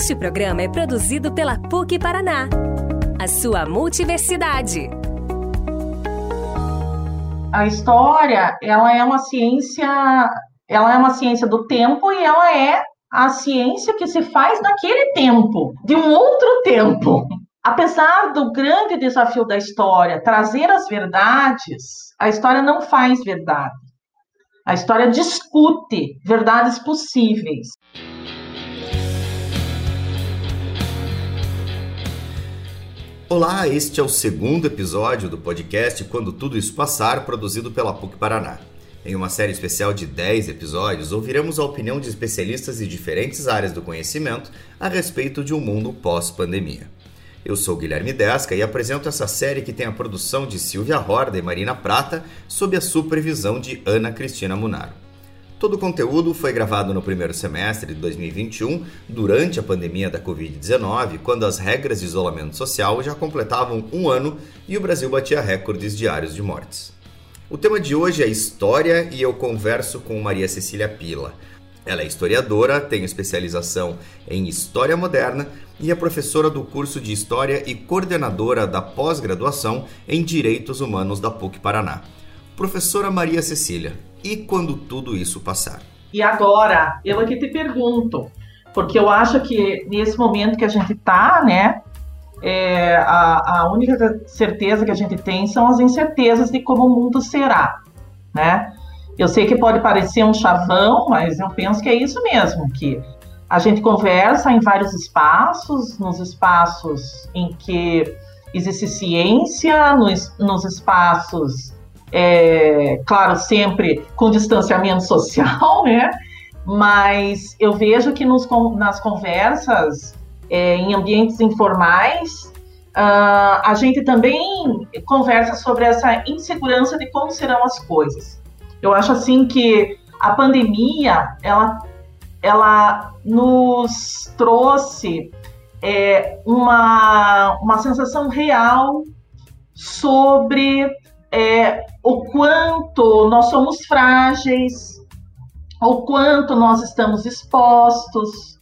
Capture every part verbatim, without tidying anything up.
Este programa é produzido pela P U C Paraná, a sua multiversidade. A história, ela é uma ciência, ela é uma ciência do tempo e ela é a ciência que se faz naquele tempo, de um outro tempo. Apesar do grande desafio da história, trazer as verdades, a história não faz verdade. A história discute verdades possíveis. Olá, este é o segundo episódio do podcast Quando Tudo Isso Passar, produzido pela P U C Paraná. Em uma série especial de dez episódios, ouviremos a opinião de especialistas de diferentes áreas do conhecimento a respeito de um mundo pós-pandemia. Eu sou Guilherme Desca e apresento essa série que tem a produção de Silvia Horda e Marina Prata, sob a supervisão de Ana Cristina Munaro. Todo o conteúdo foi gravado no primeiro semestre de dois mil e vinte e um, durante a pandemia da covid dezenove, quando as regras de isolamento social já completavam um ano e o Brasil batia recordes diários de mortes. O tema de hoje é História e eu converso com Maria Cecília Pila. Ela é historiadora, tem especialização em História Moderna e é professora do curso de História e coordenadora da pós-graduação em Direitos Humanos da P U C Paraná. Professora Maria Cecília, e quando tudo isso passar? E agora, eu aqui te pergunto, porque eu acho que nesse momento que a gente está, né, é, a, a única certeza que a gente tem são as incertezas de como o mundo será, né? Eu sei que pode parecer um chavão, mas eu penso que é isso mesmo, que a gente conversa em vários espaços, nos espaços em que existe ciência, nos, nos espaços... É, claro, sempre com distanciamento social, né? Mas eu vejo que nos, nas conversas, é, em ambientes informais, uh, a gente também conversa sobre essa insegurança de como serão as coisas. Eu acho assim que a pandemia, ela, ela nos trouxe é, uma, uma sensação real sobre... É, o quanto nós somos frágeis, o quanto nós estamos expostos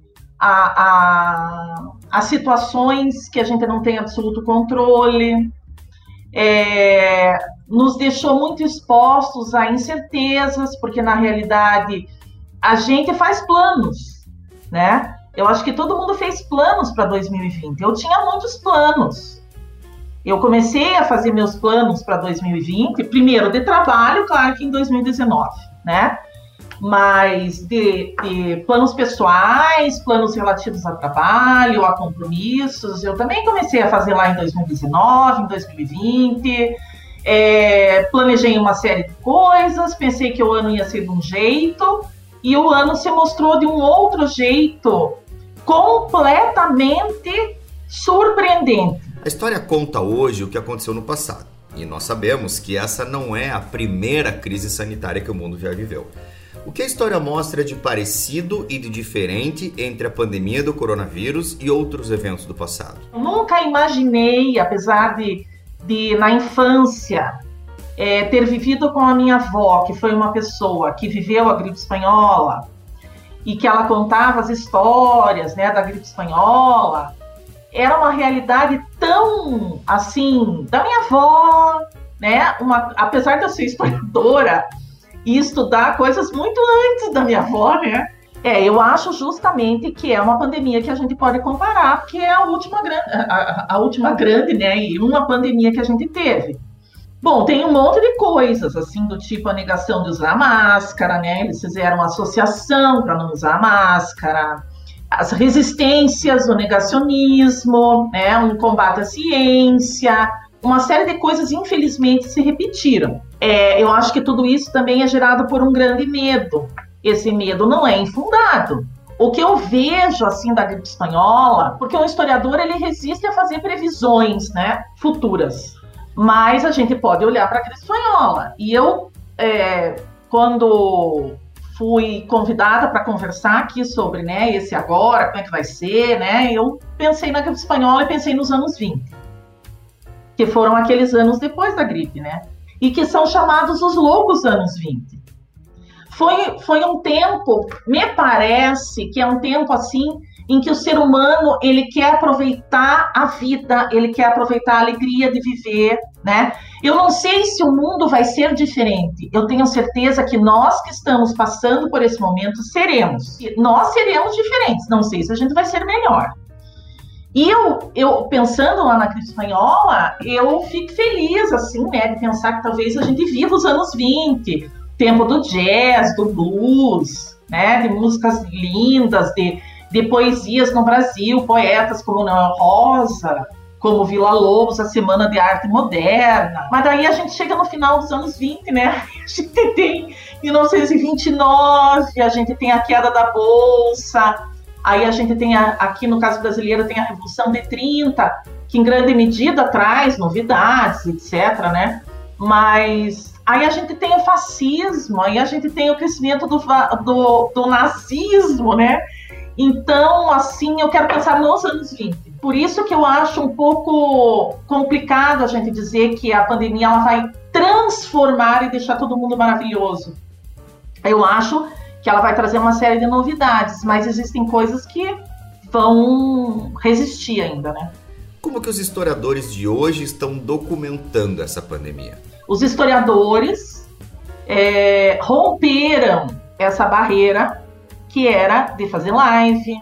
a, a, a situações que a gente não tem absoluto controle, é, nos deixou muito expostos a incertezas, porque na realidade a gente faz planos, né? Eu acho que todo mundo fez planos para dois mil e vinte, eu tinha muitos planos. Eu comecei a fazer meus planos para dois mil e vinte, primeiro de trabalho, claro que em dois mil e dezenove, né? Mas de, de planos pessoais, planos relativos a trabalho, a compromissos, eu também comecei a fazer lá em dois mil e dezenove, em dois mil e vinte, é, planejei uma série de coisas, pensei que o ano ia ser de um jeito, e o ano se mostrou de um outro jeito, completamente surpreendente. A história conta hoje o que aconteceu no passado, e nós sabemos que essa não é a primeira crise sanitária que o mundo já viveu. O que a história mostra de parecido e de diferente entre a pandemia do coronavírus e outros eventos do passado? Eu nunca imaginei, apesar de, de na infância, é, ter vivido com a minha avó, que foi uma pessoa que viveu a gripe espanhola, e que ela contava as histórias, né, da gripe espanhola. Era uma realidade tão, assim, da minha avó, né? Uma, apesar de eu ser historiadora e estudar coisas muito antes da minha avó, né? É, eu acho justamente que é uma pandemia que a gente pode comparar, porque é a última grande, a, a última grande, né? E uma pandemia que a gente teve. Bom, tem um monte de coisas, assim, do tipo a negação de usar máscara, né? Eles fizeram uma associação para não usar máscara. As resistências, o negacionismo, né, um combate à ciência, uma série de coisas, infelizmente, se repetiram. É, eu acho que tudo isso também é gerado por um grande medo. Esse medo não é infundado. O que eu vejo, assim, da gripe espanhola, porque o historiador, ele resiste a fazer previsões, né, futuras. Mas a gente pode olhar para a gripe espanhola. E eu, é, quando... fui convidada para conversar aqui sobre, né, esse agora, como é que vai ser, né? Eu pensei na gripe espanhola e pensei nos anos vinte, que foram aqueles anos depois da gripe, né? E que são chamados os loucos anos vinte. Foi, foi um tempo, me parece que é um tempo assim em que o ser humano, ele quer aproveitar a vida, ele quer aproveitar a alegria de viver, né? Eu não sei se o mundo vai ser diferente. Eu tenho certeza que nós que estamos passando por esse momento seremos. Nós seremos diferentes. Não sei se a gente vai ser melhor. E eu, eu pensando lá na gripe espanhola, eu fico feliz, assim, né, de pensar que talvez a gente viva os anos vinte, tempo do jazz, do blues, né, de músicas lindas, de, de poesias no Brasil, poetas como Noel Rosa, como Villa-Lobos, a Semana de Arte Moderna. Mas daí a gente chega no final dos anos vinte, né? A gente tem mil novecentos e vinte e nove, a gente tem a queda da Bolsa, aí a gente tem, a, aqui no caso brasileiro, tem a Revolução de trinta, que em grande medida traz novidades, etcétera, né? Mas aí a gente tem o fascismo, aí a gente tem o crescimento do, do, do nazismo, né? Então, assim, eu quero pensar nos anos vinte. Por isso que eu acho um pouco complicado a gente dizer que a pandemia ela vai transformar e deixar todo mundo maravilhoso. Eu acho que ela vai trazer uma série de novidades, mas existem coisas que vão resistir ainda, né? Como que os historiadores de hoje estão documentando essa pandemia? Os historiadores é, romperam essa barreira que era de fazer live,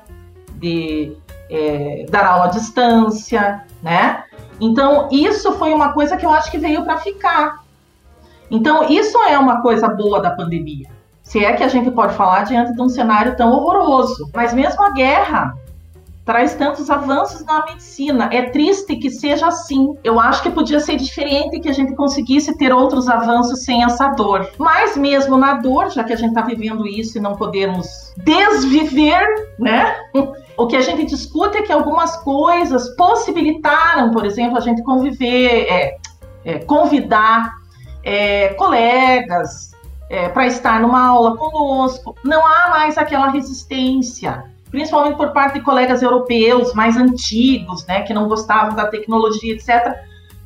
de é, dar aula à distância, né? Então, isso foi uma coisa que eu acho que veio para ficar. Então, isso é uma coisa boa da pandemia. Se é que a gente pode falar diante de um cenário tão horroroso. Mas mesmo a guerra traz tantos avanços na medicina. É triste que seja assim. Eu acho que podia ser diferente, que a gente conseguisse ter outros avanços sem essa dor. Mas mesmo na dor, já que a gente está vivendo isso e não podemos desviver, né? O que a gente discute é que algumas coisas possibilitaram, por exemplo, a gente conviver, é, é, convidar é, colegas é, para estar numa aula conosco. Não há mais aquela resistência, principalmente por parte de colegas europeus mais antigos, né, que não gostavam da tecnologia, etcétera,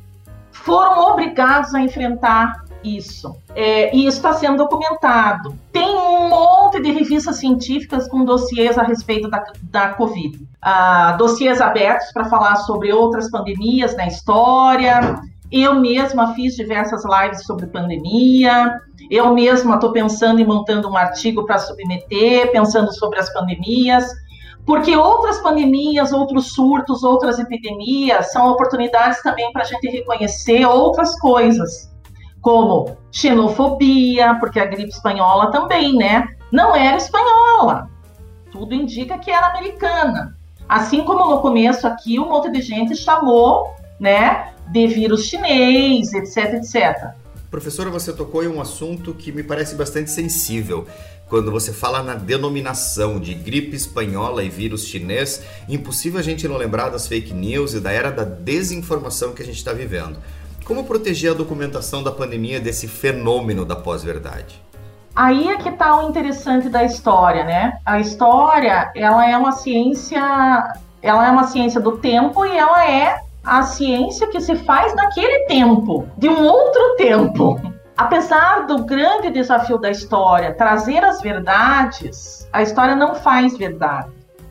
foram obrigados a enfrentar isso. É, e isso está sendo documentado. Tem um monte de revistas científicas com dossiês a respeito da, da Covid. Ah, dossiês abertos para falar sobre outras pandemias na história. Eu mesma fiz diversas lives sobre pandemia. Eu mesma estou pensando em montando um artigo para submeter, pensando sobre as pandemias, porque outras pandemias, outros surtos, outras epidemias são oportunidades também para a gente reconhecer outras coisas, como xenofobia, porque a gripe espanhola também, né? Não era espanhola, tudo indica que era americana. Assim como no começo aqui, um monte de gente chamou, né, de vírus chinês, etc, etcétera. Professora, você tocou em um assunto que me parece bastante sensível. Quando você fala na denominação de gripe espanhola e vírus chinês, impossível a gente não lembrar das fake news e da era da desinformação que a gente está vivendo. Como proteger a documentação da pandemia desse fenômeno da pós-verdade? Aí é que está o interessante da história, né? A história, ela é uma ciência, ela é uma ciência do tempo e ela é a ciência que se faz naquele tempo, de um outro tempo. Apesar do grande desafio da história, trazer as verdades, a história não faz verdade.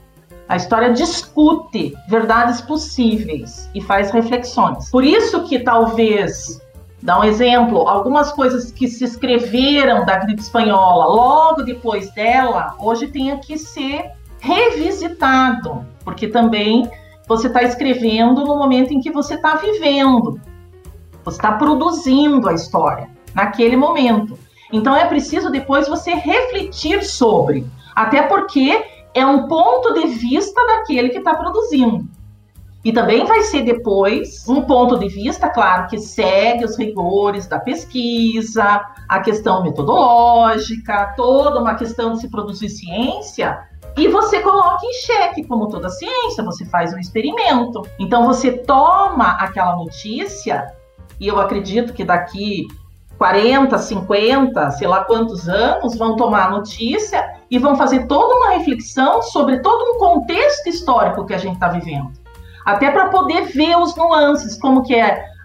A história discute verdades possíveis e faz reflexões. Por isso que talvez, dá um exemplo, algumas coisas que se escreveram da gripe espanhola logo depois dela, hoje tenha que ser revisitado, porque também você está escrevendo no momento em que você está vivendo. Você está produzindo a história naquele momento. Então é preciso depois você refletir sobre. Até porque é um ponto de vista daquele que está produzindo. E também vai ser depois um ponto de vista, claro, que segue os rigores da pesquisa, a questão metodológica, toda uma questão de se produzir ciência. E você coloca em xeque, como toda ciência, você faz um experimento. Então você toma aquela notícia, e eu acredito que daqui quarenta, cinquenta, sei lá quantos anos, vão tomar a notícia e vão fazer toda uma reflexão sobre todo um contexto histórico que a gente está vivendo. Até para poder ver os nuances, como que é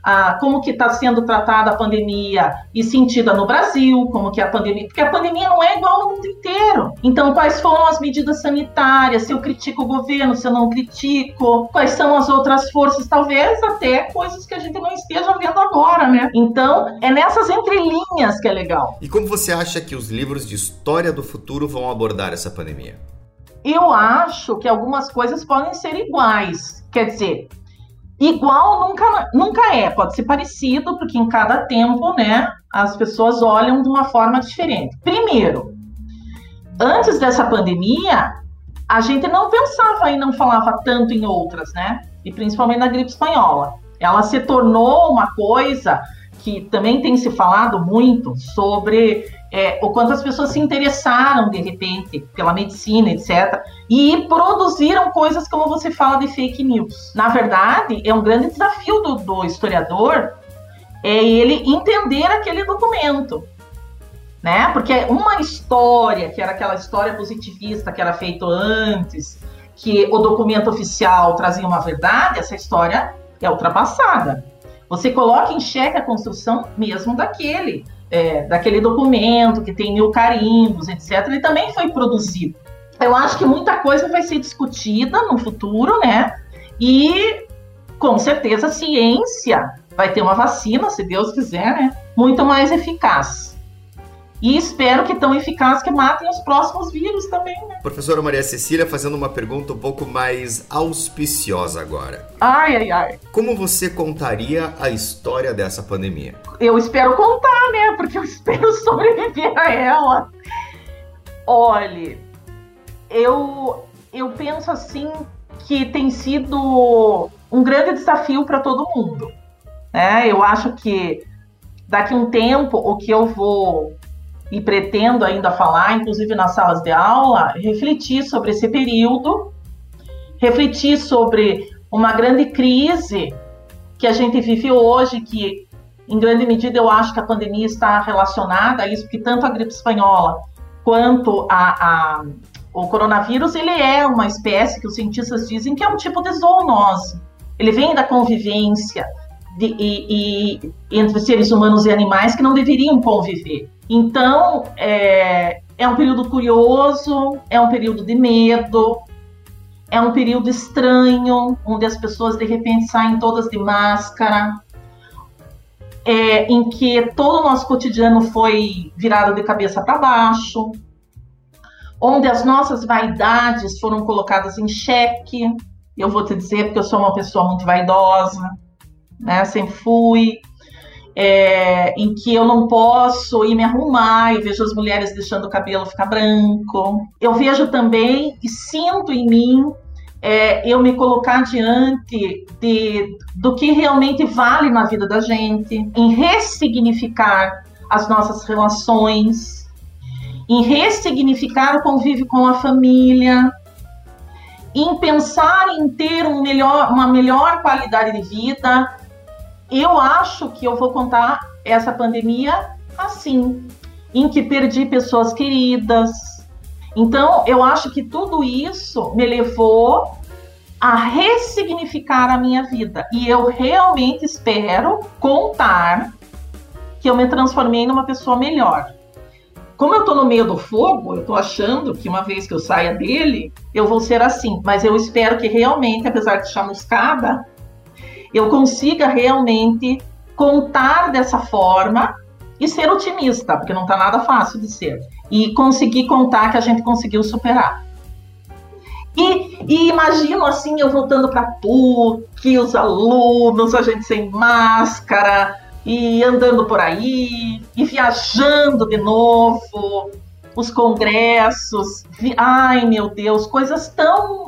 a, como que está sendo tratada a pandemia e sentida no Brasil, como que a pandemia, porque a pandemia não é igual no mundo inteiro. Então, quais foram as medidas sanitárias, se eu critico o governo, se eu não critico, quais são as outras forças, talvez até coisas que a gente não esteja vendo agora, né? Então, é nessas entrelinhas que é legal. E como você acha que os livros de história do futuro vão abordar essa pandemia? Eu acho que algumas coisas podem ser iguais, quer dizer, igual nunca, nunca é, pode ser parecido, porque em cada tempo, né, as pessoas olham de uma forma diferente. Primeiro, antes dessa pandemia, a gente não pensava e não falava tanto em outras, né, e principalmente na gripe espanhola. Ela se tornou uma coisa que também tem se falado muito sobre é, o quanto as pessoas se interessaram, de repente, pela medicina, etcétera, e produziram coisas, como você fala, de fake news. Na verdade, é um grande desafio do, do historiador, é ele entender aquele documento, né? Porque uma história, que era aquela história positivista que era feita antes, que o documento oficial trazia uma verdade, essa história é ultrapassada. Você coloca em xeque a construção mesmo daquele, é, daquele documento que tem mil carimbos, etcétera. Ele também foi produzido. Eu acho que muita coisa vai ser discutida no futuro, né? E, com certeza, a ciência vai ter uma vacina, se Deus quiser, né? Muito mais eficaz. E espero que tão eficaz que matem os próximos vírus também, né? Professora Maria Cecília, fazendo uma pergunta um pouco mais auspiciosa agora. Ai, ai, ai. Como você contaria a história dessa pandemia? Eu espero contar, né? Porque eu espero sobreviver a ela. Olha, eu, eu penso assim que tem sido um grande desafio para todo mundo, né? Eu acho que daqui a um tempo o que eu vou e pretendo ainda falar, inclusive nas salas de aula, refletir sobre esse período, refletir sobre uma grande crise que a gente vive hoje, que em grande medida eu acho que a pandemia está relacionada a isso, porque tanto a gripe espanhola quanto a, a, o coronavírus, ele é uma espécie que os cientistas dizem que é um tipo de zoonose. Ele vem da convivência de, e, e, entre seres humanos e animais que não deveriam conviver. Então, é, é um período curioso, é um período de medo, é um período estranho, onde as pessoas de repente saem todas de máscara, é, em que todo o nosso cotidiano foi virado de cabeça para baixo, onde as nossas vaidades foram colocadas em xeque. Eu vou te dizer, porque eu sou uma pessoa muito vaidosa, né? Sempre fui. É, em que eu não posso ir me arrumar e vejo as mulheres deixando o cabelo ficar branco. Eu vejo também e sinto em mim é, eu me colocar diante de, do que realmente vale na vida da gente, em ressignificar as nossas relações, em ressignificar o convívio com a família, em pensar em ter um melhor, uma melhor qualidade de vida. Eu acho que eu vou contar essa pandemia assim, em que perdi pessoas queridas. Então, eu acho que tudo isso me levou a ressignificar a minha vida. E eu realmente espero contar que eu me transformei numa pessoa melhor. Como eu tô no meio do fogo, eu tô achando que uma vez que eu saia dele, eu vou ser assim. Mas eu espero que realmente, apesar de chamuscada, eu consiga realmente contar dessa forma e ser otimista, porque não está nada fácil de ser. E conseguir contar que a gente conseguiu superar. E, e imagino assim, eu voltando para a P U C, os alunos, a gente sem máscara, e andando por aí, e viajando de novo, os congressos. Vi... Ai, meu Deus, coisas tão...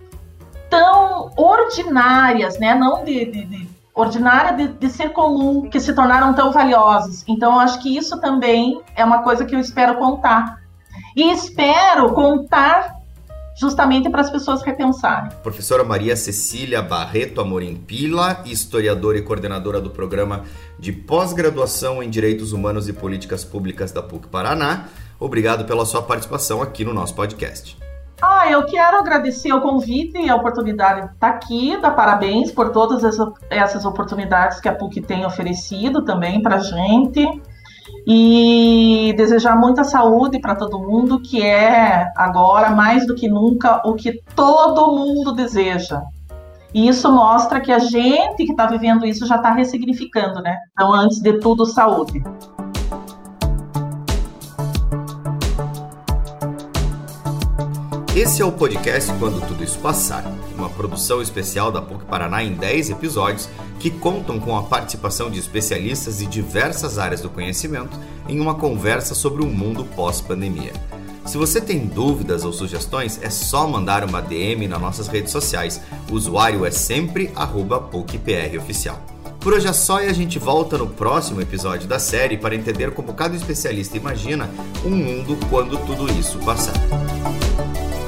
tão ordinárias, né? Não de, de, de ordinária de, de ser comum, que se tornaram tão valiosas. Então, eu acho que isso também é uma coisa que eu espero contar. E espero contar justamente para as pessoas repensarem. Professora Maria Cecília Barreto Amorim Pila, historiadora e coordenadora do programa de pós-graduação em Direitos Humanos e Políticas Públicas da P U C Paraná, obrigado pela sua participação aqui no nosso podcast. Ah, eu quero agradecer o convite e a oportunidade de estar aqui, dar parabéns por todas essas oportunidades que a P U C tem oferecido também para a gente e desejar muita saúde para todo mundo, que é agora, mais do que nunca, o que todo mundo deseja. E isso mostra que a gente que está vivendo isso já está ressignificando, né? Então, antes de tudo, saúde. Esse é o podcast Quando Tudo Isso Passar, uma produção especial da P U C Paraná em dez episódios que contam com a participação de especialistas de diversas áreas do conhecimento em uma conversa sobre o mundo pós-pandemia. Se você tem dúvidas ou sugestões, é só mandar uma D M nas nossas redes sociais. O usuário é sempre arroba P U C P R Oficial. Por hoje é só e a gente volta no próximo episódio da série para entender como cada especialista imagina um mundo quando tudo isso passar.